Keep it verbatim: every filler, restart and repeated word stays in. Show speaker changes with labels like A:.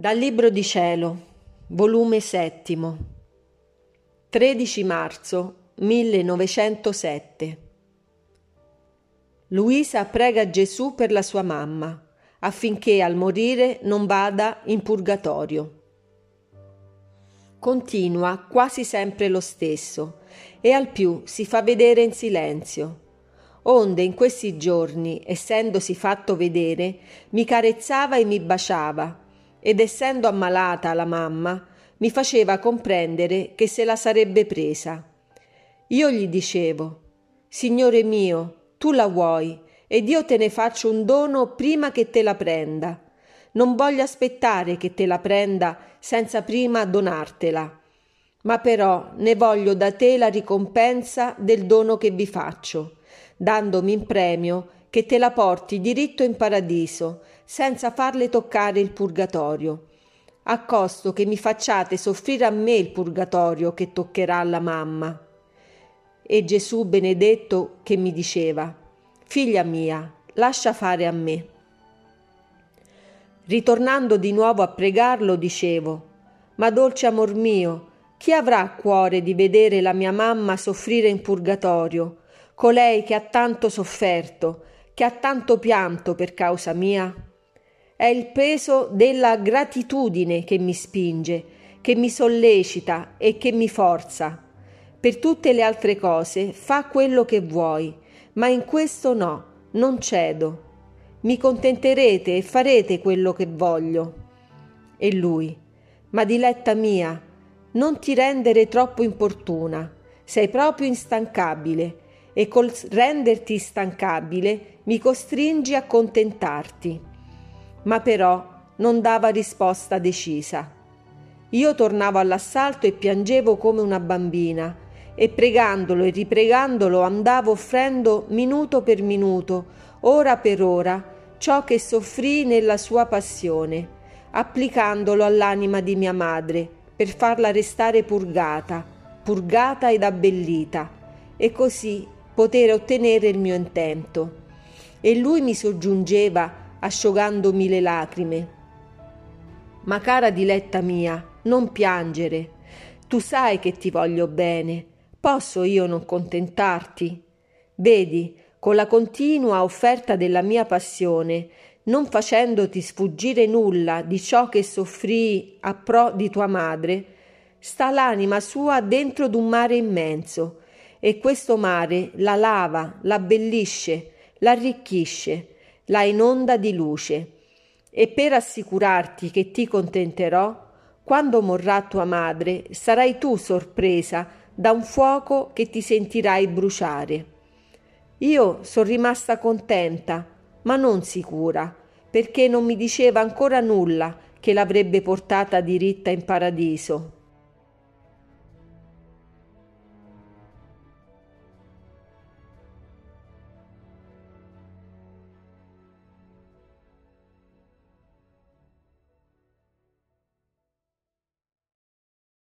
A: Dal Libro di Cielo, volume settimo, tredici marzo millenovecentosette. Luisa prega Gesù per la sua mamma, affinché al morire non vada in purgatorio. Continua quasi sempre lo stesso e al più si fa vedere in silenzio. Onde in questi giorni, essendosi fatto vedere, mi carezzava e mi baciava, ed essendo ammalata la mamma, mi faceva comprendere che se la sarebbe presa. Io gli dicevo: Signore mio, tu la vuoi, ed io te ne faccio un dono prima che te la prenda. Non voglio aspettare che te la prenda senza prima donartela, ma però ne voglio da te la ricompensa del dono che vi faccio, dandomi in premio che te la porti diritto in paradiso, senza farle toccare il purgatorio, a costo che mi facciate soffrire a me il purgatorio che toccherà alla mamma. E Gesù benedetto che mi diceva: Figlia mia, lascia fare a me. Ritornando di nuovo a pregarlo, dicevo: Ma dolce amor mio, chi avrà cuore di vedere la mia mamma soffrire in purgatorio, colei che ha tanto sofferto, che ha tanto pianto per causa mia? È il peso della gratitudine che mi spinge, che mi sollecita e che mi forza. Per tutte le altre cose fa quello che vuoi, ma in questo no, non cedo. Mi contenterete e farete quello che voglio. E lui: Ma diletta mia, non ti rendere troppo importuna, sei proprio instancabile, e col renderti instancabile mi costringi a contentarti. Ma però non dava risposta decisa. Io tornavo all'assalto e piangevo come una bambina, e pregandolo e ripregandolo andavo offrendo minuto per minuto, ora per ora, ciò che soffrii nella sua passione, applicandolo all'anima di mia madre per farla restare purgata, purgata ed abbellita, e così poter ottenere il mio intento. E lui mi soggiungeva, asciugandomi le lacrime: Ma cara diletta mia, non piangere, tu sai che ti voglio bene, posso io non contentarti? Vedi, con la continua offerta della mia passione, non facendoti sfuggire nulla di ciò che soffrii a pro di tua madre, sta l'anima sua dentro d'un mare immenso, e questo mare la lava, la abbellisce, la arricchisce, la inonda di luce. E per assicurarti che ti contenterò, quando morrà tua madre, sarai tu sorpresa da un fuoco che ti sentirai bruciare. Io son rimasta contenta, ma non sicura, perché non mi diceva ancora nulla che l'avrebbe portata diritta in paradiso.